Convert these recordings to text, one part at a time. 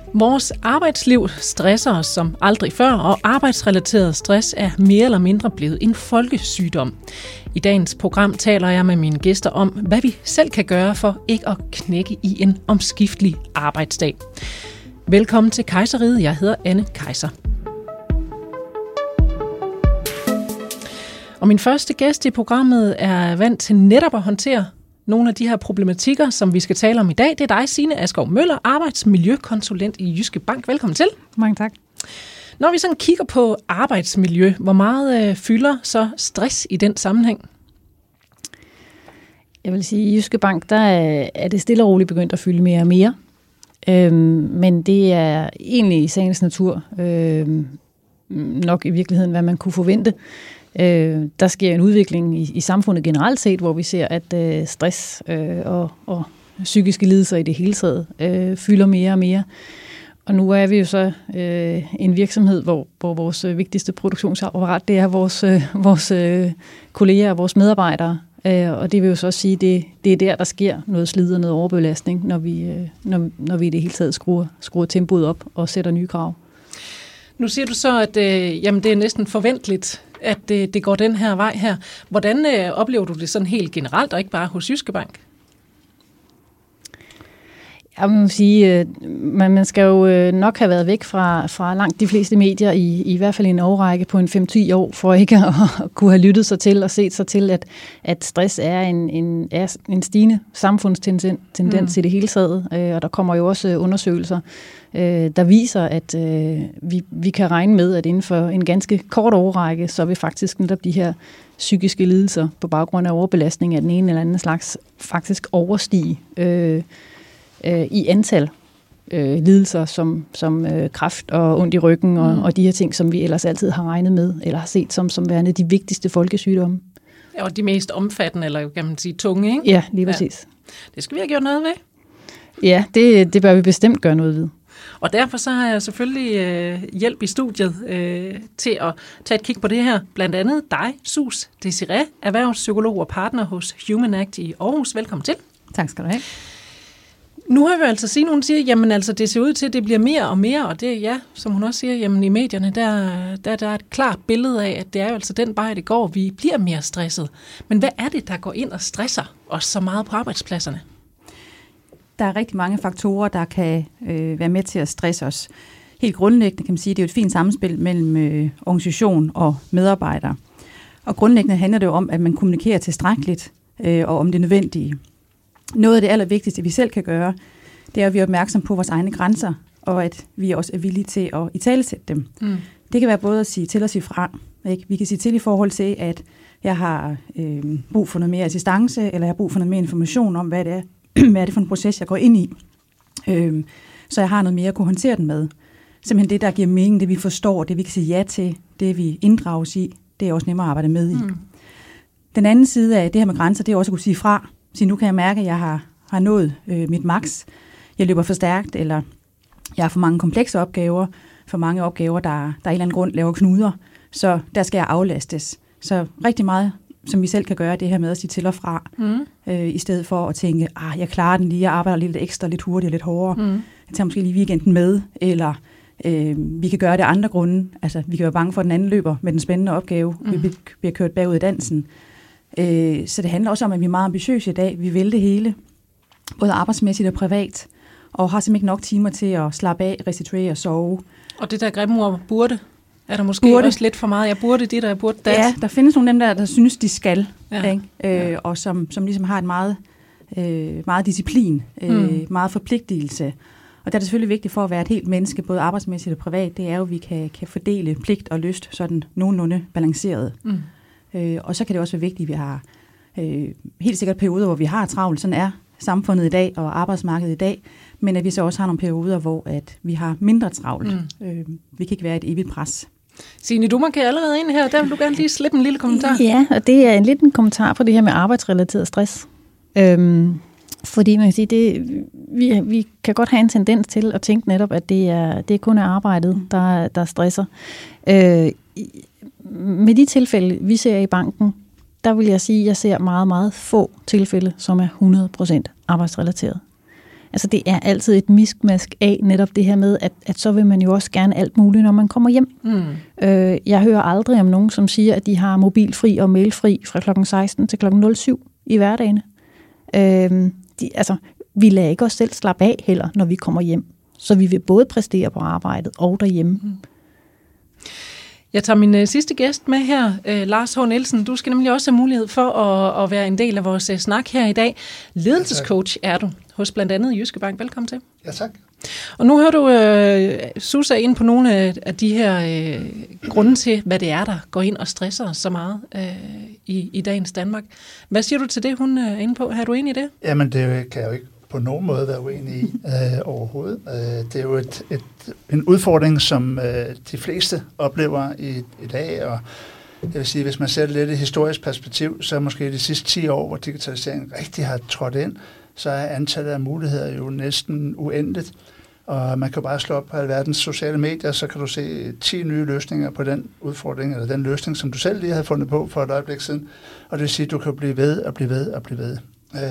Vores arbejdsliv stresser os som aldrig før, og arbejdsrelateret stress er mere eller mindre blevet en folkesygdom. I dagens program taler jeg med mine gæster om, hvad vi selv kan gøre for ikke at knække i en omskiftelig arbejdsdag. Velkommen til Kejseriet. Jeg hedder Anne Kejser. Og min første gæst i programmet er vant til netop at håndtere nogle af de her problematikker, som vi skal tale om i dag. Det er dig, Signe Askov Møller, arbejdsmiljøkonsulent i Jyske Bank. Velkommen til. Mange tak. Når vi sådan kigger på arbejdsmiljø, hvor meget fylder så stress i den sammenhæng? Jeg vil sige, at i Jyske Bank, der er det stille og roligt begyndt at fylde mere og mere. Men det er egentlig i sagens natur nok i virkeligheden, hvad man kunne forvente. Der sker en udvikling i samfundet generelt set, hvor vi ser, at stress og psykiske lidelser i det hele taget fylder mere og mere. Og nu er vi jo så en virksomhed, hvor vores vigtigste produktionsapparat, det er vores kolleger og vores medarbejdere. Og det vil jo så sige, at det er der sker noget slid og noget overbelastning, når vi i det hele taget skruer tempoet op og sætter nye krav. Nu siger du så, at det er næsten forventeligt, at det går den her vej her. Hvordan oplever du det sådan helt generelt, og ikke bare hos Jyske Bank? Jeg må sige, man skal jo nok have været væk fra langt de fleste medier, i hvert fald en årrække på en 5-10 år, for ikke at kunne have lyttet sig til og set sig til, at stress er en stigende samfundstendens i det hele taget. Og der kommer jo også undersøgelser, der viser, at vi kan regne med, at inden for en ganske kort årrække, så vil faktisk netop de her psykiske lidelser på baggrund af overbelastning af den ene eller anden slags faktisk overstige i antal lidelser som kræft og ondt i ryggen og de her ting, som vi ellers altid har regnet med, eller har set som værende de vigtigste folkesygdomme. Og de mest omfattende, eller kan man sige tunge, ikke? Ja, lige præcis. Ja. Det skal vi have gjort noget ved. Ja, det bør vi bestemt gøre noget ved. Og derfor så har jeg selvfølgelig hjælp i studiet til at tage et kig på det her. Blandt andet dig, Sus Desiree, erhvervspsykolog og partner hos Human Act i Aarhus. Velkommen til. Tak skal du have. Nu har vi altså sige, nogen siger, jamen altså det ser ud til, at det bliver mere og mere, og det ja, som hun også siger, jamen i medierne, der er et klart billede af, at det er jo altså den vej, det går, vi bliver mere stresset. Men hvad er det, der går ind og stresser os så meget på arbejdspladserne? Der er rigtig mange faktorer, der kan være med til at stresse os. Helt grundlæggende kan man sige, at det er et fint samspil mellem organisation og medarbejdere. Og grundlæggende handler det jo om, at man kommunikerer tilstrækkeligt og om det nødvendige. Noget af det allervigtigste, vi selv kan gøre, det er, at vi er opmærksom på vores egne grænser, og at vi også er villige til at italesætte dem. Mm. Det kan være både at sige til og sige fra. Ikke? Vi kan sige til i forhold til, at jeg har brug for noget mere assistance, eller jeg har brug for noget mere information om, hvad det er, hvad er det for en proces, jeg går ind i. Så jeg har noget mere at kunne håndtere den med. Simpelthen det, der giver mening, det vi forstår, det vi kan sige ja til, det vi inddrages i, det er også nemmere at arbejde med i. Mm. Den anden side af det her med grænser, det er også at kunne sige fra. Så nu kan jeg mærke, at jeg har nået mit max. Jeg løber for stærkt, eller jeg har for mange komplekse opgaver, for mange opgaver, der af en eller anden grund laver knuder. Så der skal jeg aflastes. Så rigtig meget, som vi selv kan gøre, det her med at sige til og fra, i stedet for at tænke, jeg klarer den lige, jeg arbejder lidt ekstra, lidt hurtigere, lidt hårdere. Jeg tager måske lige weekenden med, eller vi kan gøre det af andre grunde. Altså, vi kan være bange for, at den anden løber med den spændende opgave. Vi bliver kørt bagud i dansen. Så det handler også om, at vi er meget ambitiøse i dag. Vi vil det hele, både arbejdsmæssigt og privat, og har simpelthen ikke nok timer til at slappe af, restituere og sove. Og det der grimme ord burde, er der måske også lidt for meget? Jeg burde det, jeg burde det. Ja, der findes nogle af dem, der synes, de skal, ikke? Og som ligesom har et meget disciplin, meget forpligtelse. Og der er det selvfølgelig vigtigt for at være et helt menneske, både arbejdsmæssigt og privat, det er jo, at vi kan fordele pligt og lyst sådan nogenlunde balanceret. Og så kan det også være vigtigt, at vi har helt sikkert perioder, hvor vi har travlt. Sådan er samfundet i dag og arbejdsmarkedet i dag. Men at vi så også har nogle perioder, hvor at vi har mindre travlt. Vi kan ikke være et evigt pres. Signe, du markerer allerede ind her. Der vil du gerne lige slippe en lille kommentar. Ja, og det er en lille kommentar på det her med arbejdsrelateret stress. Fordi man kan sige, vi kan godt have en tendens til at tænke netop, at det kun er arbejdet, der stresser. Med de tilfælde, vi ser i banken, der vil jeg sige, at jeg ser meget, meget få tilfælde, som er 100% arbejdsrelateret. Altså det er altid et miskmask af netop det her med, at så vil man jo også gerne alt muligt, når man kommer hjem. Jeg hører aldrig om nogen, som siger, at de har mobilfri og mailfri fra klokken 16 til klokken 07 i hverdagene. Vi lader ikke os selv slappe af heller, når vi kommer hjem. Så vi vil både præstere på arbejdet og derhjemme. Jeg tager min sidste gæst med her, Lars H. Nielsen. Du skal nemlig også have mulighed for at være en del af vores snak her i dag. Ledelsescoach er du hos blandt andet Jyske Bank. Velkommen til. Ja, tak. Og nu hører du Susa ind på nogle af de her grunde til, hvad det er, der går ind og stresser så meget i dagens Danmark. Hvad siger du til det, hun er inde på? Er du enig i det? Jamen, det kan jeg jo ikke på nogen måde være uenig i overhovedet. Det er jo en udfordring, som de fleste oplever i dag, og jeg vil sige, hvis man ser det lidt i historisk perspektiv, så måske de sidste 10 år, hvor digitaliseringen rigtig har trådt ind, så er antallet af muligheder jo næsten uendeligt. Og man kan bare slå op på alverdens sociale medier, så kan du se 10 nye løsninger på den udfordring, eller den løsning, som du selv lige havde fundet på for et øjeblik siden. Og det vil sige, at du kan blive ved og blive ved og blive ved.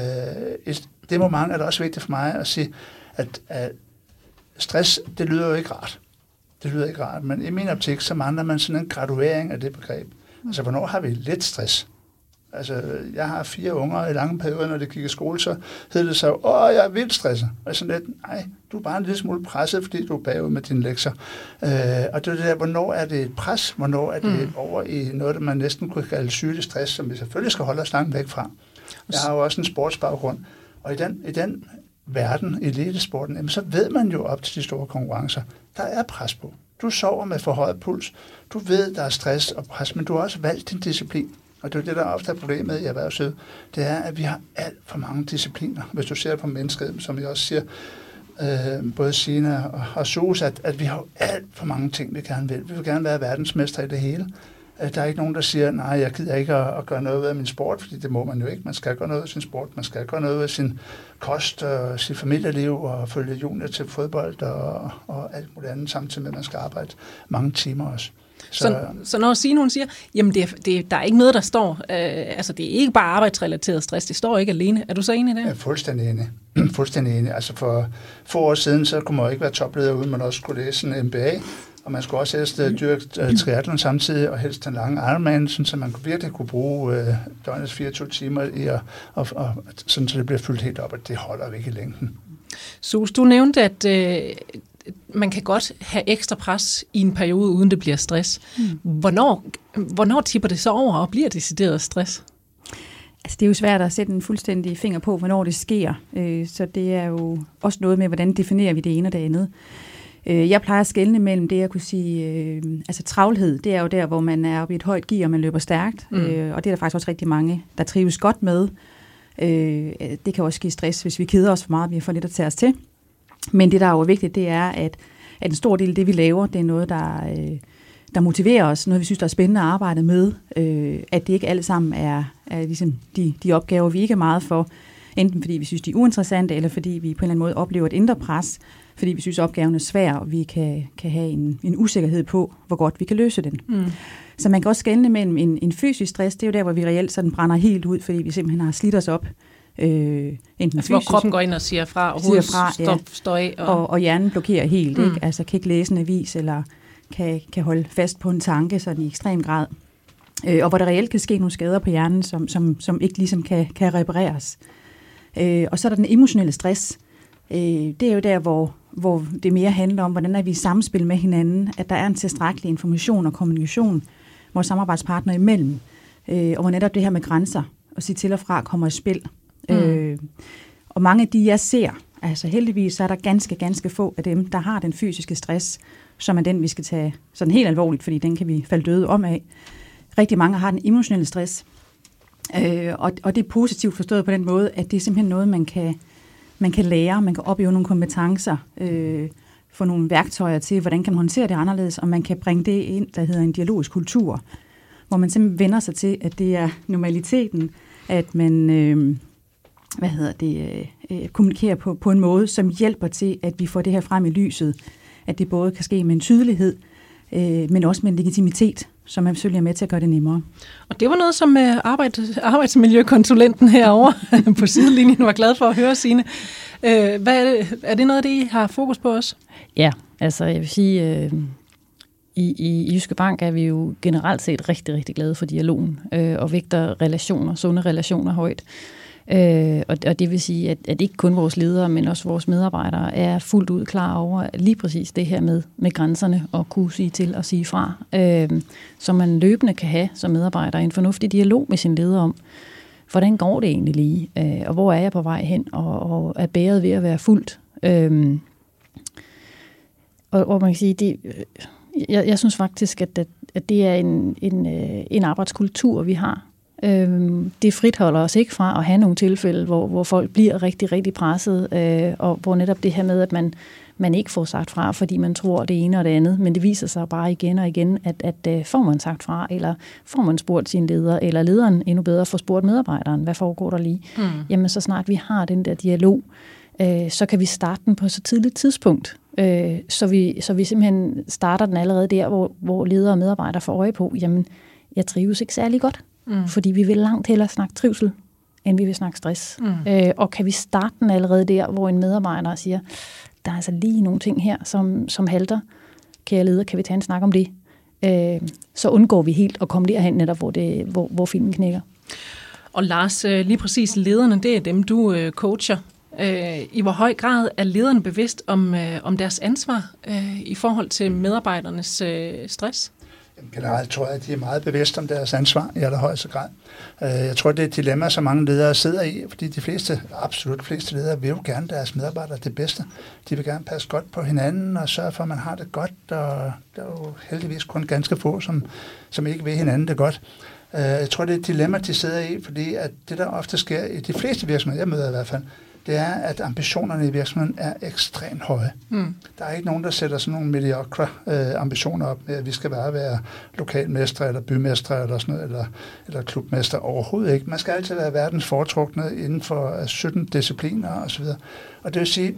Det moment er det også vigtigt for mig at sige, at stress, det lyder jo ikke rart. Det lyder ikke rart, men i min optik, så mangler man sådan en graduering af det begreb. Altså, hvornår har vi lidt stress? Altså, jeg har 4 unger i lange perioder, når de gik i skole, så hed det så, jeg er vildt stresset. Og sådan lidt, nej, du er bare en lille smule presset, fordi du er bagud med dine lektier. Og det er det der, hvornår er det et pres? Hvornår er det over i noget, der man næsten kunne kalde sygelig stress, som vi selvfølgelig skal holde os langt væk fra. Jeg har jo også en sportsbaggrund, og i den verden, i elitesporten, jamen, så ved man jo op til de store konkurrencer, der er pres på. Du sover med forhøjet puls, du ved, der er stress og pres, men du har også valgt din disciplin. Og det er det, der ofte er problemet i erhvervslivet, det er, at vi har alt for mange discipliner. Hvis du ser på mennesket, som jeg også siger, både Sina og Sus, at vi har alt for mange ting, vi gerne vil. Vi vil gerne være verdensmester i det hele. Der er ikke nogen, der siger, nej, jeg gider ikke at gøre noget ud af min sport, fordi det må man jo ikke. Man skal gøre noget af sin sport, man skal gøre noget af sin kost og sit familieliv og følge junior til fodbold og alt muligt andet, samtidig med, at man skal arbejde mange timer også. Så når Signe hun siger, jamen der er ikke noget, der står, altså det er ikke bare arbejdsrelateret stress, det står ikke alene. Er du så enig i det? Jeg er fuldstændig enig. Altså for få år siden, så kunne man jo ikke være topleder, uden man også skulle læse en MBA, og man skulle også helst dyrke triathlon samtidig, og helst den lange Ironman, så man virkelig kunne bruge døgnets 24 timer i sådan, så det bliver fyldt helt op, og det holder vi ikke i længden. Sus, du nævnte, at man kan godt have ekstra pres i en periode, uden det bliver stress. Hvornår tipper det så over og bliver decideret stress? Altså, det er jo svært at sætte en fuldstændig finger på, hvornår det sker. Så det er jo også noget med, hvordan definerer vi det ene og det andet. Jeg plejer at skelne mellem det, jeg kunne sige, altså travlhed, det er jo der, hvor man er oppe i et højt gear, og man løber stærkt. Og det er der faktisk også rigtig mange, der trives godt med. Det kan også give stress, hvis vi keder os for meget, vi har for lidt at tage os til. Men det, der er jo vigtigt, det er, at en stor del af det, vi laver, det er noget, der motiverer os, noget, vi synes, der er spændende at arbejde med. At det ikke alle sammen er ligesom de opgaver, vi ikke er meget for, enten fordi vi synes, de er uinteressante, eller fordi vi på en eller anden måde oplever et indre pres, fordi vi synes, opgaven er svær, og vi kan have en usikkerhed på, hvor godt vi kan løse den. Så man kan også skelne mellem en fysisk stress, det er jo der, hvor vi reelt sådan brænder helt ud, fordi vi simpelthen har slidt os op. Altså, hvor kroppen går ind og siger fra, og hovedet står af. Og hjernen blokerer helt, ikke? Altså kan ikke læse en avis, eller kan holde fast på en tanke sådan i ekstrem grad. Og hvor der reelt kan ske nogle skader på hjernen, som ikke ligesom kan repareres. Og så er der den emotionelle stress. Det er jo der, hvor det mere handler om, hvordan er vi i samspil med hinanden, at der er en tilstrækkelig information og kommunikation vores samarbejdspartnere imellem. Og hvor netop det her med grænser og sige til og fra kommer i spil. Og mange af de, jeg ser, altså heldigvis, så er der ganske få af dem, der har den fysiske stress, som er den, vi skal tage sådan helt alvorligt, fordi den kan vi falde døde om af. Rigtig mange har den emotionelle stress. Og det er positivt forstået på den måde, at det er simpelthen noget, man kan lære, man kan opøve nogle kompetencer, få nogle værktøjer til, hvordan kan man håndtere det anderledes, og man kan bringe det ind, der hedder en dialogisk kultur, hvor man simpelthen vender sig til, at det er normaliteten, at man kommunikerer på en måde, som hjælper til, at vi får det her frem i lyset, at det både kan ske med en tydelighed, men også med en legitimitet, som man selvfølgelig er med til at gøre det nemmere. Og det var noget, som arbejdsmiljøkonsulenten herovre på sidelinjen var glad for at høre, Signe. Er det noget af det, I har fokus på også? Ja, altså jeg vil sige, i Jyske Bank er vi jo generelt set rigtig, rigtig glade for dialogen og vægter relationer, sunde relationer højt. Og det vil sige, at ikke kun vores ledere, men også vores medarbejdere er fuldt ud klar over lige præcis det her med grænserne og kunne sige til og sige fra. Så man løbende kan have som medarbejder en fornuftig dialog med sin leder om, hvordan går det egentlig lige, og hvor er jeg på vej hen, og er bæret ved at være fuldt. Og man kan sige, jeg synes faktisk, at det er en arbejdskultur, vi har. Det fritholder os ikke fra at have nogle tilfælde, hvor folk bliver rigtig, rigtig presset, og hvor netop det her med, at man ikke får sagt fra, fordi man tror det ene og det andet, men det viser sig bare igen og igen, at får man sagt fra, eller får man spurgt sin leder, eller lederen endnu bedre får spurgt medarbejderen, hvad foregår der lige? Jamen så snart vi har den der dialog, så kan vi starte den på så tidligt tidspunkt, så vi simpelthen starter den allerede der, hvor ledere og medarbejdere får øje på, jamen jeg trives ikke særlig godt, fordi vi vil langt hellere snakke trivsel, end vi vil snakke stress. Og kan vi starte den allerede der, hvor en medarbejder siger, der er altså lige nogle ting her, som halter. Kære leder, kan vi tage en snak om det? Så undgår vi helt at komme derhen netop, hvor filmen knækker. Og Lars, lige præcis lederne, det er dem, du coacher. I hvor høj grad er lederne bevidst om deres ansvar i forhold til medarbejdernes stress? Generelt tror jeg, at de er meget bevidste om deres ansvar i allerhøjeste grad. Jeg tror, det er et dilemma, som mange ledere sidder i, fordi absolut fleste ledere vil jo gerne deres medarbejdere det bedste. De vil gerne passe godt på hinanden og sørge for, at man har det godt, og der er jo heldigvis kun ganske få, som ikke vil hinanden det godt. Jeg tror, det er et dilemma, de sidder i, fordi at det, der ofte sker i de fleste virksomheder, jeg møder i hvert fald, det er, at ambitionerne i virksomheden er ekstremt høje. Der er ikke nogen, der sætter sådan nogle mediocre ambitioner op med, at vi skal bare være lokalmestre, eller bymestre, eller sådan noget, eller klubmestre overhovedet ikke. Man skal altid være verdens foretrukne inden for 17 discipliner osv. Og det vil sige,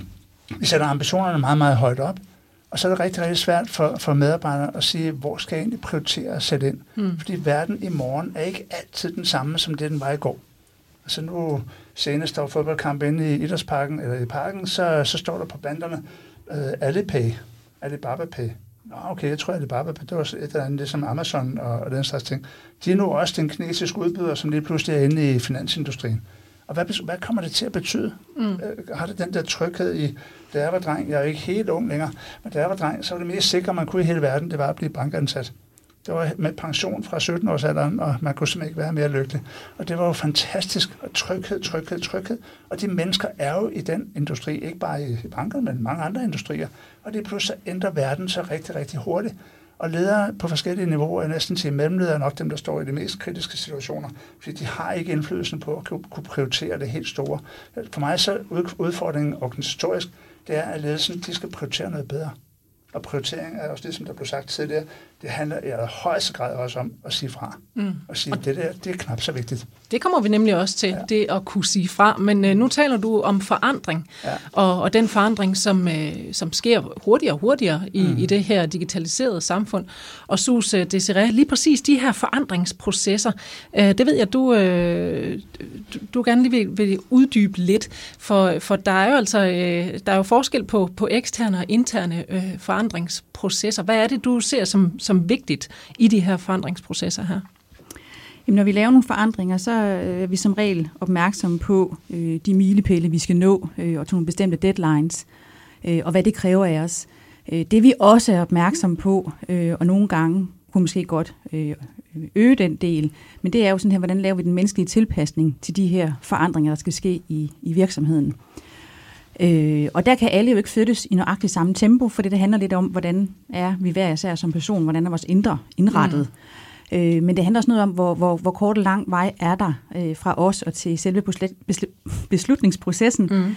vi sætter ambitionerne meget, meget højt op, og så er det rigtig, rigtig svært for medarbejdere at sige, hvor skal jeg egentlig prioritere at sætte ind? Fordi verden i morgen er ikke altid den samme, som det den var i går. Altså nu senest der var fodboldkamp inde i idrætsparken, eller i parken, så står der på banderne, Alipay, Alibaba Pay. Nå, okay, jeg tror, Alibaba Pay, det var et eller andet, ligesom Amazon og den slags ting. De er nu også den kinesiske udbyder, som lige pludselig er inde i finansindustrien. Og hvad kommer det til at betyde? Har det den der tryghed i, da jeg var dreng, jeg er jo ikke helt ung længere, men da jeg var dreng, så var det mest sikre, man kunne i hele verden, det var at blive bankansat. Det var med pension fra 17-årsalderen, og man kunne simpelthen ikke være mere lykkelig. Og det var jo fantastisk. Og tryghed. Og de mennesker er jo i den industri, ikke bare i bankerne, men mange andre industrier. Og det pludselig ændrer verden så rigtig, rigtig hurtigt. Og ledere på forskellige niveauer, næsten til mellemledere, nok dem, der står i de mest kritiske situationer, fordi de har ikke indflydelsen på at kunne prioritere det helt store. For mig så udfordringen organisatorisk, det er, at ledelsen de skal prioritere noget bedre. Og prioritering er også det, som der blev sagt tidligere, det handler i højeste grad også om at sige fra. Og sige, det der, det er knap så vigtigt. Det kommer vi nemlig også til, det at kunne sige fra. Men nu taler du om forandring, og den forandring, som sker hurtigere og hurtigere i det her digitaliserede samfund. Og Sus Desiree, lige præcis de her forandringsprocesser, det ved jeg, du gerne lige vil uddybe lidt, for der er jo altså der er jo forskel på eksterne og interne forandringsprocesser. Hvad er det, du ser som vigtigt i de her forandringsprocesser her? Jamen, når vi laver nogle forandringer, så er vi som regel opmærksomme på de milepæle, vi skal nå, og nogle bestemte deadlines, og hvad det kræver af os. Det vi også er opmærksomme på, og nogle gange kunne måske godt øge den del, men det er jo sådan her, hvordan laver vi den menneskelige tilpasning til de her forandringer, der skal ske i virksomheden. Og der kan alle jo ikke flyttes i nøjagtigt samme tempo, for det handler lidt om, hvordan er vi hver især som person, hvordan er vores indre indrettet. Men det handler også noget om, hvor kort og lang vej er der fra os og til selve beslutningsprocessen.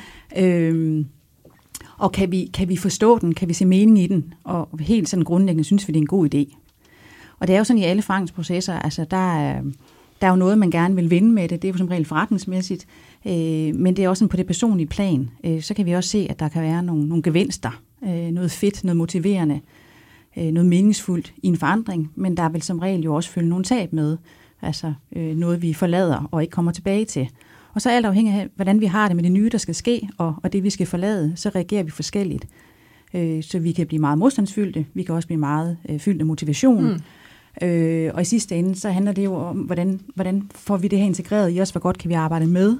Og kan vi forstå den, kan vi se mening i den, og helt sådan grundlæggende synes vi, det er en god idé. Og det er jo sådan i alle forandringsprocesser, altså der er jo noget, man gerne vil vinde med det, det er jo som regel forretningsmæssigt, men det er også sådan på det personlige plan. Så kan vi også se, at der kan være nogle gevinster, noget fedt, noget motiverende, noget meningsfuldt i en forandring, men der vil som regel jo også følge nogle tab med, altså noget vi forlader og ikke kommer tilbage til. Og så alt afhængig af, hvordan vi har det med det nye, der skal ske, og det, vi skal forlade, så reagerer vi forskelligt. Så vi kan blive meget modstandsfyldte, vi kan også blive meget fyldt af motivation. Og i sidste ende, så handler det jo om, hvordan får vi det her integreret i os, hvor godt kan vi arbejde med,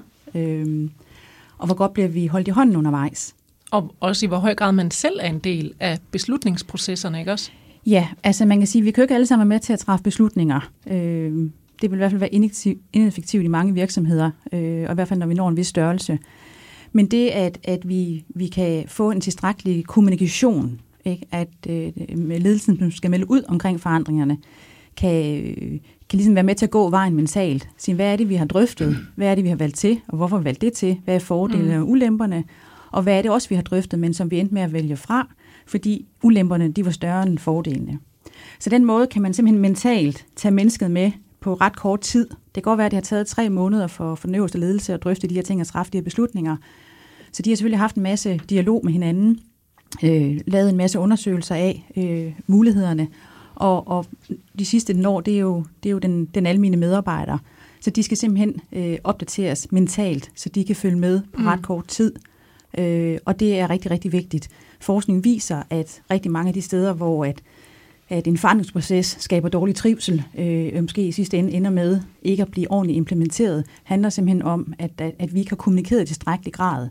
og hvor godt bliver vi holdt i hånden undervejs. Og også i hvor høj grad man selv er en del af beslutningsprocesserne, ikke også? Ja, altså man kan sige, at vi kan jo ikke alle sammen være med til at træffe beslutninger. Det vil i hvert fald være ineffektivt i mange virksomheder, og i hvert fald når vi når en vis størrelse. Men det, at vi kan få en tilstrækkelig kommunikation, ikke? At ledelsen skal melde ud omkring forandringerne, kan ligesom være med til at gå vejen mentalt. Sige, hvad er det, vi har drøftet? Hvad er det, vi har valgt til? Og hvorfor har vi valgt det til? Hvad er fordelene og ulemperne? Og hvad er det også, vi har drøftet, men som vi endte med at vælge fra? Fordi ulemperne, de var større end fordelene. Så den måde kan man simpelthen mentalt tage mennesket med på ret kort tid. Det kan godt være, at det har taget 3 måneder for den øverste ledelse at drøfte de her ting og træffe de her beslutninger. Så de har selvfølgelig haft en masse dialog med hinanden, lavet en masse undersøgelser af mulighederne, og de sidste år, det er jo den almene medarbejder. Så de skal simpelthen opdateres mentalt, så de kan følge med på ret kort tid. Og det er rigtig, rigtig vigtigt. Forskning viser, at rigtig mange af de steder, hvor at en forandringsproces skaber dårlig trivsel, måske i sidste ende ender med ikke at blive ordentligt implementeret, handler simpelthen om, at vi ikke har kommunikeret i tilstrækkelig grad.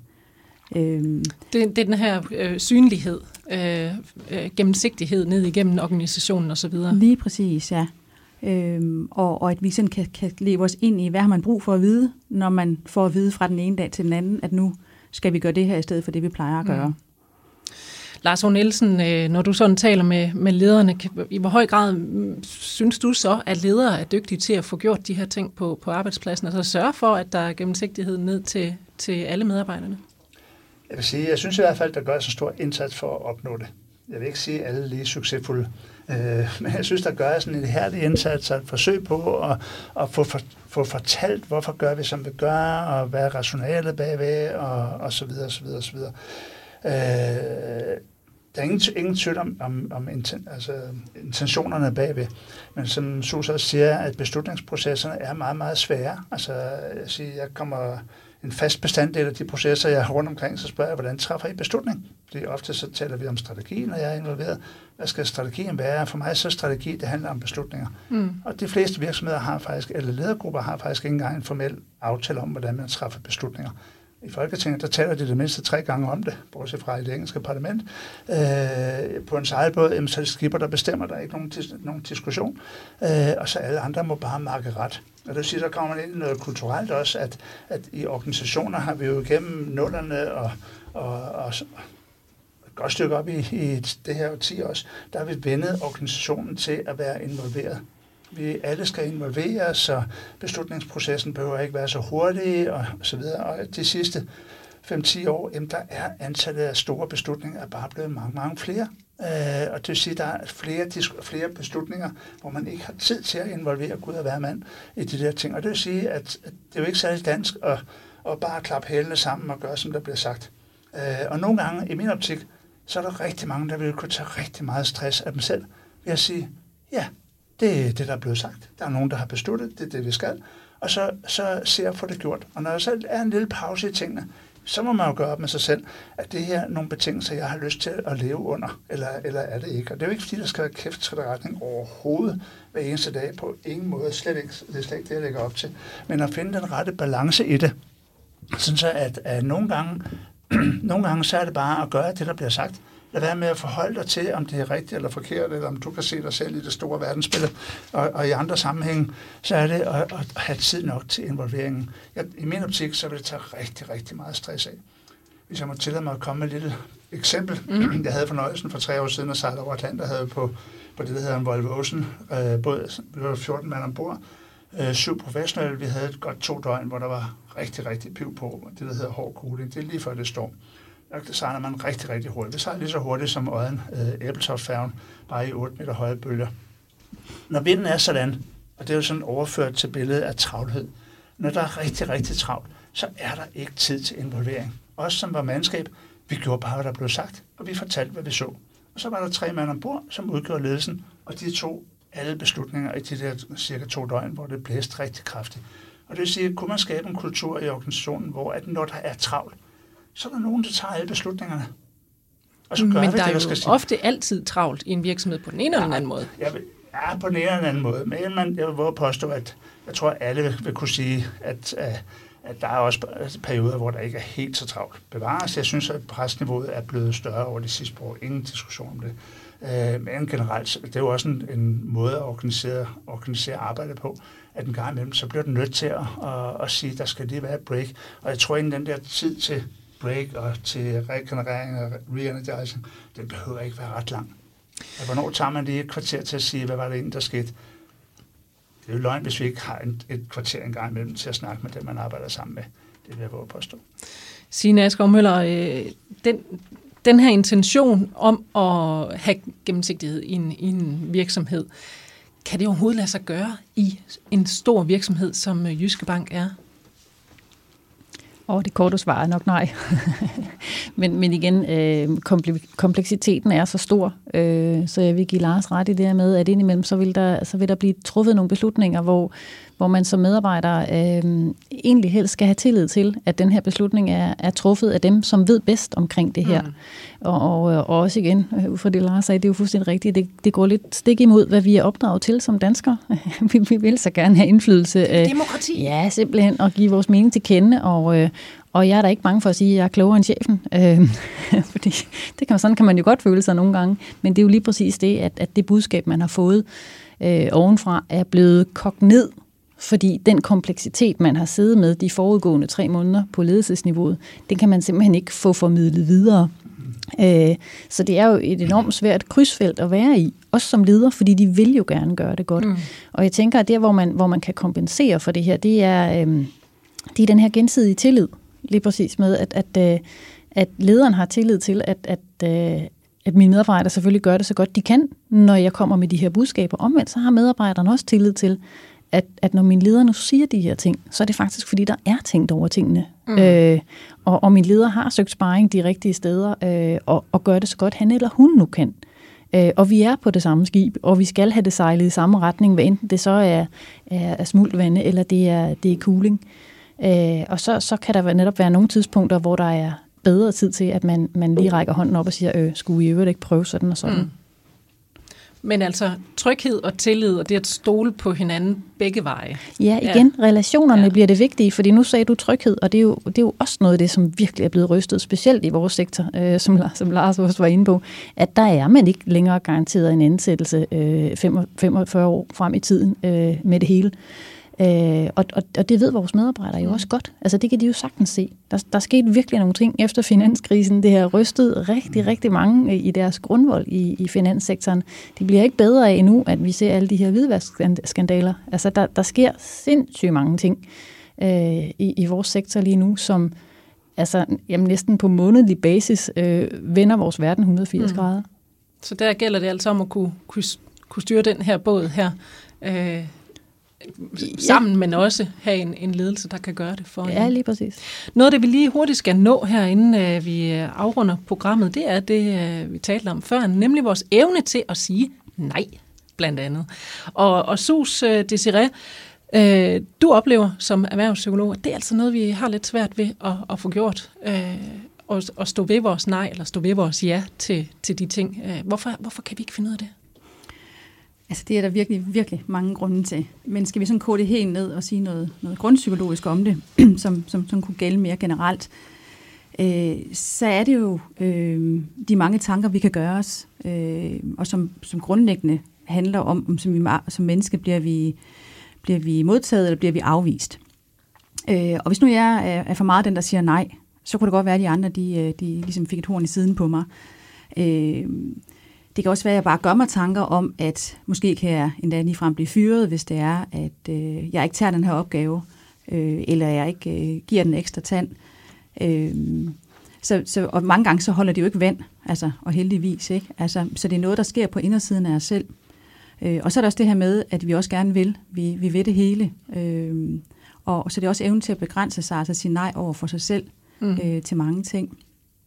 Det er den her synlighed, gennemsigtighed ned igennem organisationen osv. Lige præcis, ja. Og at vi sådan kan leve os ind i, hvad har man brug for at vide, når man får at vide fra den ene dag til den anden, at nu skal vi gøre det her i stedet for det, vi plejer at gøre. Lars H. Nielsen, når du sådan taler med lederne, i hvor høj grad synes du så, at ledere er dygtige til at få gjort de her ting på arbejdspladsen, altså sørge for, at der er gennemsigtighed ned til alle medarbejderne? Jeg vil sige, jeg synes i hvert fald, der gør så stor indsats for at opnå det. Jeg vil ikke sige, at alle er lige succesfulde, men jeg synes, der gør sådan en herlig indsats og et forsøg på at få fortalt, hvorfor gør vi, som vi gør, og hvad er rationalet bagved, og så videre, så videre, så videre. Der er ingen tvivl om intentionerne bagved, men som Sus også siger, at beslutningsprocesserne er meget, meget svære. Altså, jeg kommer en fast bestanddel af de processer, jeg har rundt omkring, så spørger jeg, hvordan træffer I beslutning? Fordi ofte så taler vi om strategi, når jeg er involveret. Hvad skal strategien være? For mig så strategi, det handler om beslutninger. Og de fleste virksomheder har faktisk, eller ledergrupper har faktisk ikke engang en formel aftale om, hvordan man træffer beslutninger. I Folketinget, der taler de det mindste 3 gange om det, bortset fra i det engelske parlament. På en sejlbåd, så er det skipper, der bestemmer, der er ikke nogen diskussion. Og så alle andre må bare markere ret. Og det vil sige, så kommer man ind i noget kulturelt også, at i organisationer har vi jo igennem nullerne og et godt stykke op i det her årti også, der har vi vendet organisationen til at være involveret. Vi alle skal involveres, så beslutningsprocessen behøver ikke være så hurtig og så videre. Og de sidste 5-10 år, jamen, der er antallet af store beslutninger bare blevet mange, mange flere. Og det vil sige, at der er flere beslutninger, hvor man ikke har tid til at involvere Gud og hver mand i de der ting. Og det vil sige, at det er jo ikke særlig dansk at bare klappe hælene sammen og gøre, som der bliver sagt. Og nogle gange, i min optik, så er der rigtig mange, der vil kunne tage rigtig meget stress af dem selv ved at sige, ja, det er det, der er blevet sagt. Der er nogen, der har besluttet, det er det, vi skal. Og så ser jeg få det gjort. Og når der så er en lille pause i tingene, så må man jo gøre op med sig selv, at det her er nogle betingelser, jeg har lyst til at leve under, eller er det ikke. Og det er jo ikke, fordi der skal være kæftretning overhovedet hver eneste dag, på ingen måde, slet ikke det, jeg lægger op til. Men at finde den rette balance i det, sådan så at nogle gange så er det bare at gøre det, der bliver sagt. Lad være med at forholde dig til, om det er rigtigt eller forkert, eller om du kan se dig selv i det store verdensbillede. Og i andre sammenhænge, så er det at have tid nok til involveringen. I min optik, så vil det tage rigtig, rigtig meget stress af. Hvis jeg må tillade mig at komme med et lille eksempel. Jeg havde fornøjelsen for 3 år siden at sejle over Atlanten, der havde på det, der hedder en Volvo Ocean båd. Vi var 14 mand ombord, 7 professionelle. Vi havde godt 2 døgn, hvor der var rigtig, rigtig piv på. Det, der hedder hård cooling. Det er lige før det storm. Der sejler man rigtig, rigtig hurtigt. Vi sejler lige så hurtigt som Odden, Ebeltoft-færgen, bare i 8 meter høje bølger. Når vinden er sådan, og det er jo sådan overført til billedet af travlhed, når der er rigtig, rigtig travlt, så er der ikke tid til involvering. Også som var mandskab, vi gjorde bare, hvad der blev sagt, og vi fortalte, hvad vi så. Og så var der 3 mand ombord, som udgjorde ledelsen, og de tog alle beslutninger i de der cirka 2 døgn, hvor det blæste rigtig kraftigt. Og det vil sige, at kunne man skabe en kultur i organisationen, hvor at når der er travlt, så er der nogen, der tager alle beslutningerne. Og så gør men vi der det, er skal jo sige. ofte altid travlt i en virksomhed på den ene eller den anden måde. Ja, på den ene eller den anden måde. Men jeg vil våge påstå, at jeg tror, at alle vil kunne sige, at der er også perioder, hvor der ikke er helt så travlt bevares. Jeg synes, at presniveauet er blevet større over de sidste år. Ingen diskussion om det. Men generelt, det er jo også en måde at organisere arbejdet på, at en gang imellem, så bliver den nødt til at sige, at der skal lige være et break. Og jeg tror egentlig, den der tid til break og til regenerering og re-energizing, den behøver ikke være ret lang. Hvornår tager man lige et kvarter til at sige, hvad var det egentlig, der skete? Det er jo løgn, hvis vi ikke har et kvarter en gang imellem til at snakke med dem, man arbejder sammen med. Det vil jeg våge påstå. Signe Asgaard Møller, den her intention om at have gennemsigtighed i en virksomhed, kan det overhovedet lade sig gøre i en stor virksomhed, som Jyske Bank er? Det korte svar er nok nej. men igen, kompleksiteten er så stor, så jeg vil give Lars ret i det her med, at indimellem så vil der blive truffet nogle beslutninger, hvor man som medarbejder egentlig helst skal have tillid til, at den her beslutning er truffet af dem, som ved bedst omkring det her. Og også igen, for det Lars sagde, det er jo fuldstændig rigtigt, det går lidt stik imod, hvad vi er opdraget til som danskere. Vi vil så gerne have indflydelse. Demokrati. Ja, simpelthen, og give vores mening til kende, og jeg er da ikke bange for at sige, at jeg er klogere end chefen. Fordi sådan kan man jo godt føle sig nogle gange, men det er jo lige præcis det, at det budskab, man har fået ovenfra, er blevet kogt ned, fordi den kompleksitet, man har siddet med de forudgående 3 måneder på ledelsesniveauet, den kan man simpelthen ikke få formidlet videre. Så det er jo et enormt svært krydsfelt at være i, også som leder, fordi de vil jo gerne gøre det godt. Og jeg tænker, at der, hvor man kan kompensere for det her, det er den her gensidige tillid, lige præcis med, at lederen har tillid til, at mine medarbejdere selvfølgelig gør det så godt de kan, når jeg kommer med de her budskaber. Omvendt så har medarbejderne også tillid til, at når mine ledere nu siger de her ting, så er det faktisk, fordi der er tænkt over tingene. Og min leder har søgt sparring de rigtige steder, og gør det så godt han eller hun nu kan. Og vi er på det samme skib, og vi skal have det sejlet i samme retning, hvad enten det så er smult vande, eller det er cooling. Og så kan der netop være nogle tidspunkter, hvor der er bedre tid til, at man lige rækker hånden op og siger, skulle I øvrigt ikke prøve sådan og sådan. Men altså tryghed og tillid, og det at stole på hinanden begge veje. Ja, igen, relationerne bliver det vigtige, fordi nu sagde du tryghed, og det er jo også noget af det, som virkelig er blevet rystet, specielt i vores sektor, som Lars også var inde på, at der er man ikke længere garanteret en ansættelse 45 år frem i tiden med det hele. Og det ved vores medarbejdere jo også godt. Altså det kan de jo sagtens se. Der skete virkelig nogle ting efter finanskrisen. Det har rystet rigtig, rigtig mange i deres grundvold i finanssektoren. Det bliver ikke bedre af endnu, at vi ser alle de her hvidvaskskandaler. Altså der sker sindssygt mange ting i vores sektor lige nu, som næsten på månedlig basis vender vores verden 180 grader. Så der gælder det altså om at kunne styre den her båd her sammen, men også have en ledelse, der kan gøre det for. Ja, lige præcis. Noget af det, vi lige hurtigt skal nå her, inden vi afrunder programmet, det er det, vi talte om før, nemlig vores evne til at sige nej, blandt andet. Og Sus Desiré, du oplever som erhvervspsykolog, at det er altså noget, vi har lidt svært ved at få gjort, at stå ved vores nej, eller stå ved vores ja til de ting. Hvorfor kan vi ikke finde ud af det? Altså det er der virkelig, virkelig mange grunde til. Men skal vi sådan kode det helt ned og sige noget grundpsykologisk om det, som kunne gælde mere generelt, så er det jo de mange tanker, vi kan gøre os, og som grundlæggende handler om som menneske bliver vi modtaget, eller bliver vi afvist. Og hvis nu jeg er for meget den, der siger nej, så kunne det godt være, at de andre de ligesom fik et horn i siden på mig. Det kan også være, at jeg bare gør mig tanker om, at måske kan jeg endda ligefrem blive fyret, hvis det er, at jeg ikke tager den her opgave, eller jeg ikke giver den ekstra tand. Og mange gange så holder det jo ikke vand, altså, og heldigvis ikke. Altså, så det er noget, der sker på indersiden af os selv. Og så er der også det her med, at vi også gerne vil. Vi vil det hele. Og så det er også evnen til at begrænse sig, altså at sige nej over for sig selv til mange ting.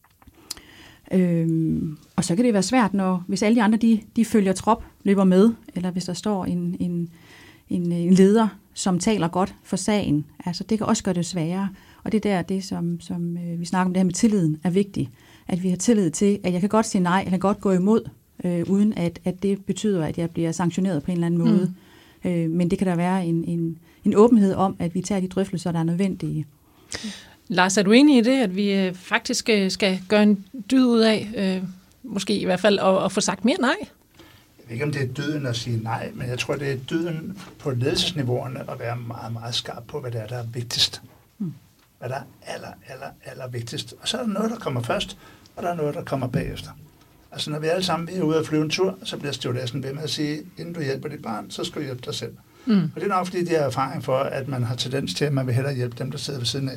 Og så kan det være svært, hvis alle de andre de følger trop, løber med, eller hvis der står en leder, som taler godt for sagen. Altså, det kan også gøre det sværere. Og det er det, som vi snakker om, det her med tilliden, er vigtigt. At vi har tillid til, at jeg kan godt sige nej, jeg kan godt gå imod, uden at det betyder, at jeg bliver sanktioneret på en eller anden måde. Men det kan der være en åbenhed om, at vi tager de drøftelser, der er nødvendige. Lars, er du enig i det, at vi faktisk skal gøre en dyd ud af, måske i hvert fald, at få sagt mere nej? Jeg ved ikke, om det er dyden at sige nej, men jeg tror, det er dyden på ledelsesniveauerne at være meget, meget skarp på, hvad der er vigtigst. Hvad der er aller vigtigst. Og så er der noget, der kommer først, og der er noget, der kommer bagefter. Altså når vi alle sammen er ude at flyve en tur, så bliver stewardessen ved med at sige, inden du hjælper dit barn, så skal du hjælpe dig selv. Og det er nok fordi, de har erfaring for, at man har tendens til, at man vil hellere hjælpe dem, der sidder ved siden af,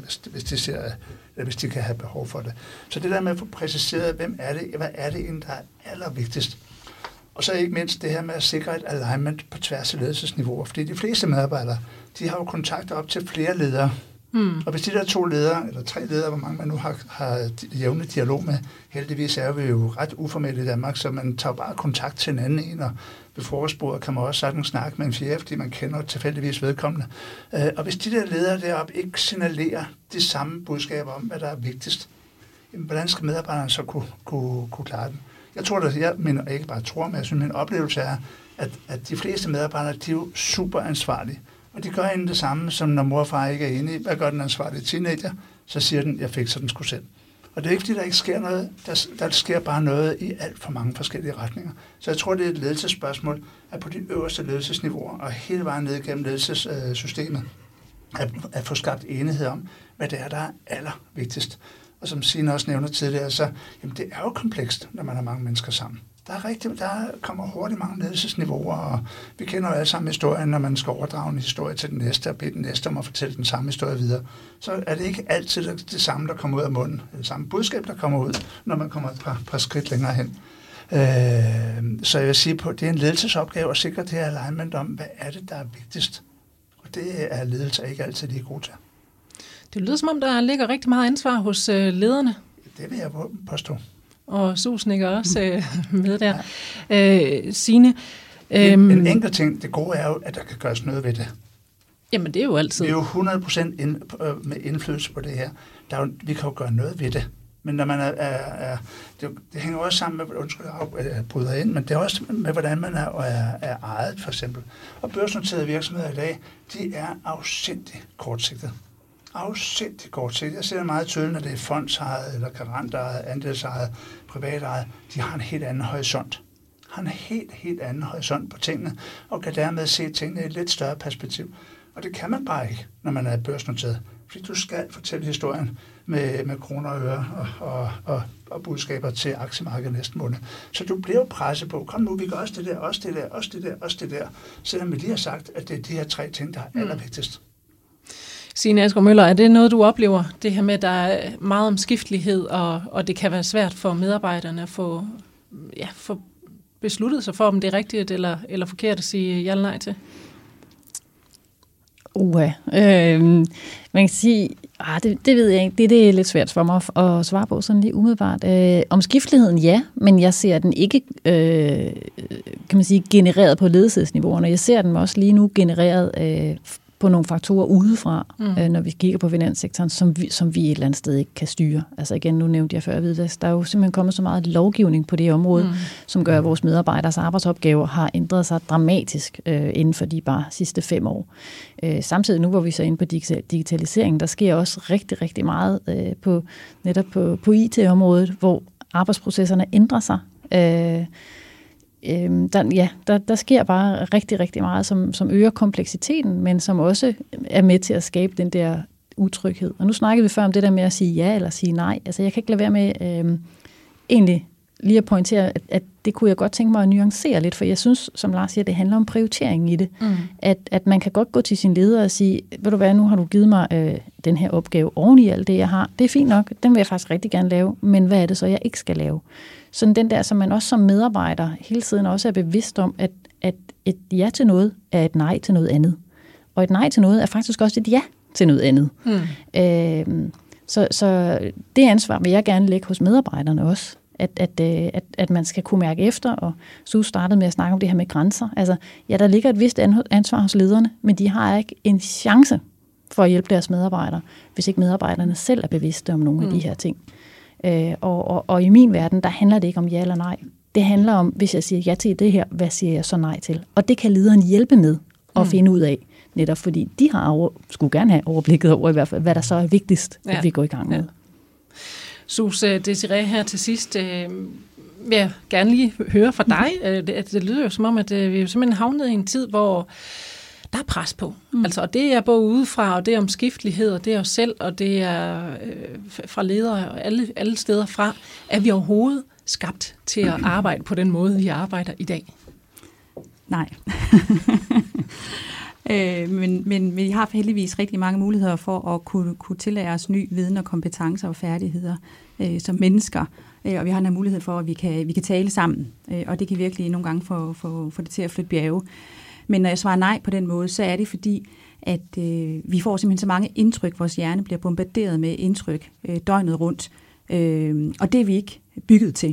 hvis de kan have behov for det. Så det der med at få præciseret, hvad er det egentlig, der er allervigtigst. Og så ikke mindst det her med at sikre et alignment på tværs af ledelsesniveauer. Fordi de fleste medarbejdere, de har jo kontakter op til flere ledere. Og hvis de der 2 ledere, eller 3 ledere, hvor mange man nu har jævnlig dialog med, heldigvis er vi jo ret uformelle i Danmark, så man tager bare kontakt til en anden, og ved frokostbordet kan man også sagtens snakke med en fjerde, fordi man kender tilfældigvis vedkommende. Og hvis de der ledere deroppe ikke signalerer de samme budskaber om, hvad der er vigtigst, hvordan skal medarbejderne så kunne klare den? Jeg tror, ikke bare tror, men jeg synes, min oplevelse er, at de fleste medarbejdere, de er jo super ansvarlige. Og de gør egentlig det samme, som når mor og far ikke er enige. Hvad gør den ansvarlige teenager? Så siger den, jeg fikser den sgu selv. Og det er ikke, fordi der ikke sker noget. Der sker bare noget i alt for mange forskellige retninger. Så jeg tror, det er et ledelsesspørgsmål, at på de øverste ledelsesniveauer og hele vejen ned gennem ledelsessystemet, at få skabt enighed om, hvad det er, der er allervigtigst. Og som Signe også nævner tidligere, så jamen, det er jo komplekst, når man har mange mennesker sammen. Der kommer hurtigt mange ledelsesniveauer, og vi kender jo alle sammen historien, når man skal overdrage en historie til den næste, og bede den næste om at fortælle den samme historie videre. Så er det ikke altid det samme, der kommer ud af munden, det samme budskab, der kommer ud, når man kommer et par skridt længere hen. Så jeg vil sige, at det er en ledelsesopgave at sikre det her alignment om, hvad er det, der er vigtigst. Og det er ledelse ikke altid lige gode til. Det lyder som om, der ligger rigtig meget ansvar hos lederne. Det vil jeg påstå. Og Sus nikker også med der. Ja. Signe? En enkelt ting, det gode er jo, at der kan gøres noget ved det. Jamen, det er jo altid. Vi er jo 100% med indflydelse på det her. Vi kan jo gøre noget ved det. Men når man det hænger også sammen med, jeg bryder ind, men det er også med, hvordan man er ejet, for eksempel. Og børsnoterede virksomheder i dag, de er afsindigt kortsigtede. Jeg ser det meget tydeligt, når det er fondsejet, eller garantejet, andelsejet, privatejet. De har en helt anden horisont. Helt anden horisont på tingene, og kan dermed se tingene i et lidt større perspektiv. Og det kan man bare ikke, når man er børsnoteret. Fordi du skal fortælle historien med kroner og øre og budskaber til aktiemarkedet næste måned. Så du bliver jo presset på, kom nu, vi gør også det der, selvom vi lige har sagt, at det er de her 3 ting, der er allervigtigst. Signe Asgaard Møller, er det noget, du oplever, det her med, at der er meget omskiftelighed, og det kan være svært for medarbejderne at få besluttet sig for, om det er rigtigt eller forkert at sige ja eller nej til? Man kan sige, det ved jeg ikke, det er lidt svært for mig at svare på sådan lige umiddelbart. Omskifteligheden, ja, men jeg ser den ikke, kan man sige, genereret på ledelsesniveauerne. Jeg ser den også lige nu genereret på nogle faktorer udefra, når vi kigger på finanssektoren, som vi et eller andet sted ikke kan styre. Altså igen, nu nævnte jeg før, at der er jo simpelthen kommet så meget lovgivning på det område, som gør, at vores medarbejderes arbejdsopgaver har ændret sig dramatisk inden for de bare sidste 5 år. Samtidig nu, hvor vi så inde på digitalisering, der sker også rigtig, rigtig meget netop på IT-området, hvor arbejdsprocesserne ændrer sig. Der sker bare rigtig, rigtig meget, som øger kompleksiteten, men som også er med til at skabe den der utryghed. Og nu snakkede vi før om det der med at sige ja eller sige nej. Altså jeg kan ikke lade være med egentlig lige at pointere, at det kunne jeg godt tænke mig at nuancere lidt, for jeg synes, som Lars siger, det handler om prioritering i det. At man kan godt gå til sin leder og sige, ved du hvad, nu har du givet mig den her opgave oven i alt det, jeg har. Det er fint nok, den vil jeg faktisk rigtig gerne lave, men hvad er det så, jeg ikke skal lave? Sådan den der, som man også som medarbejder hele tiden også er bevidst om, at et ja til noget er et nej til noget andet. Og et nej til noget er faktisk også et ja til noget andet. Så det ansvar vil jeg gerne lægge hos medarbejderne også. at man skal kunne mærke efter, og Sus startede med at snakke om det her med grænser. Altså, ja, der ligger et vist ansvar hos lederne, men de har ikke en chance for at hjælpe deres medarbejdere, hvis ikke medarbejderne selv er bevidste om nogle af de her ting. Og i min verden, der handler det ikke om ja eller nej. Det handler om, hvis jeg siger ja til det her, hvad siger jeg så nej til? Og det kan lederen hjælpe med at finde ud af, netop fordi de skulle gerne have overblikket over i hvert fald, hvad der så er vigtigst, at vi går i gang med. Ja. Sus, Desiree her til sidst, vil jeg gerne lige høre fra dig. Det lyder jo som om, at vi er simpelthen havnet i en tid, hvor der er pres på. Altså, og det er både udefra, og det er omskiftelighed, og det er os selv, og det er fra ledere og alle steder fra. Er vi overhovedet skabt til at arbejde på den måde, vi arbejder i dag? Nej. Men vi har heldigvis rigtig mange muligheder for at kunne tillære os ny viden og kompetencer og færdigheder som mennesker. Og vi har en mulighed for, at vi kan tale sammen. Og det kan virkelig nogle gange få det til at flytte bjerge. Men når jeg svarer nej på den måde, så er det fordi, at vi får simpelthen så mange indtryk. Vores hjerne bliver bombarderet med indtryk døgnet rundt. Og det er vi ikke bygget til.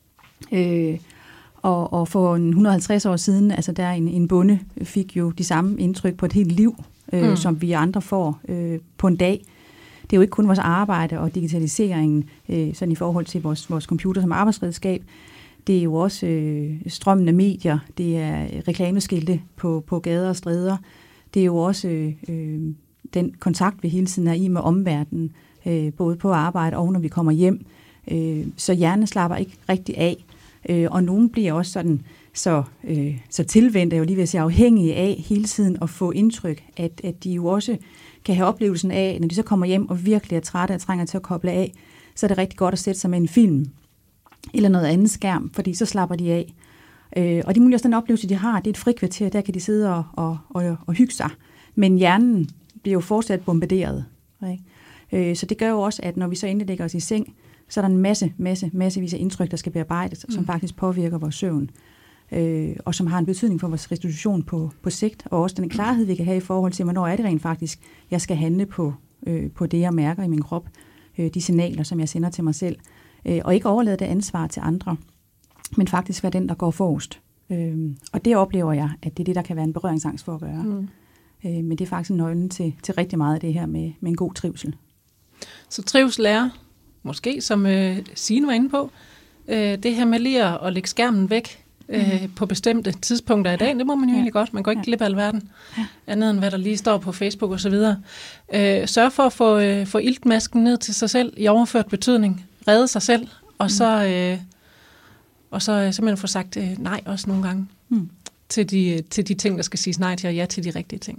Og for 150 år siden, altså der en bonde fik jo de samme indtryk på et helt liv, som vi andre får på en dag. Det er jo ikke kun vores arbejde og digitaliseringen, sådan i forhold til vores computer som arbejdsredskab. Det er jo også strømmen af medier, det er reklameskilte på gader og stræder. Det er jo også den kontakt, vi hele tiden er i med omverdenen, både på arbejde og når vi kommer hjem. Så hjernen slapper ikke rigtig af. Og nogen bliver også sådan så tilvendt, jeg jo lige vil sige, afhængige af hele tiden at få indtryk, at de jo også kan have oplevelsen af, når de så kommer hjem og virkelig er trætte og trænger til at koble af, så er det rigtig godt at sætte sig med en film eller noget andet skærm, fordi så slapper de af. Og det er muligt også den oplevelse, de har, det er et frikvarter, der kan de sidde og hygge sig. Men hjernen bliver jo fortsat bombarderet. Ikke? Så det gør jo også, at når vi så endelig lægger os i seng, så er der en massevis af indtryk, der skal bearbejdes, som faktisk påvirker vores søvn, og som har en betydning for vores restitution på sigt, og også den klarhed, vi kan have i forhold til, hvornår er det rent faktisk, jeg skal handle på det, jeg mærker i min krop, de signaler, som jeg sender til mig selv, og ikke overlade det ansvar til andre, men faktisk være den, der går forrest. Og det oplever jeg, at det er det, der kan være en berøringsangst for at gøre. Men det er faktisk nøglen til rigtig meget af det her med en god trivsel. Så trivsel er måske, som Signe var inde på, det her med lige at lægge skærmen væk på bestemte tidspunkter i dag, det må man jo egentlig godt. Man går ikke glip af alverden, andet end hvad der lige står på Facebook og så videre. Sørg for at få iltmasken ned til sig selv i overført betydning, redde sig selv, og så simpelthen få sagt nej også nogle gange til de ting, der skal siges nej til, og ja til de rigtige ting.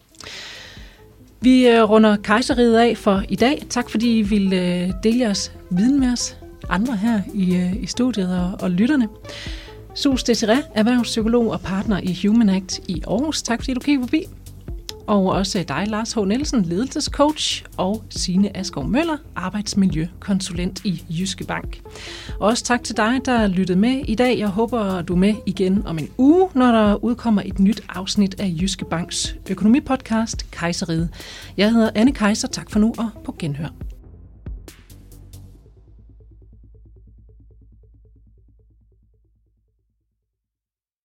Vi runder Kejserriget af for i dag. Tak fordi I ville dele jeres viden med os andre her i studiet og lytterne. Sus Desiree, erhvervspsykolog og partner i Human Act i Aarhus. Tak fordi du kiggede forbi. Og også dig, Lars H. Nielsen, ledelsescoach, og Signe Askov Møller, arbejdsmiljøkonsulent i Jyske Bank. Og også tak til dig, der lyttede med i dag. Jeg håber, du er med igen om en uge, når der udkommer et nyt afsnit af Jyske Banks økonomipodcast, Kejserriget. Jeg hedder Anne Kejser. Tak for nu og på genhør.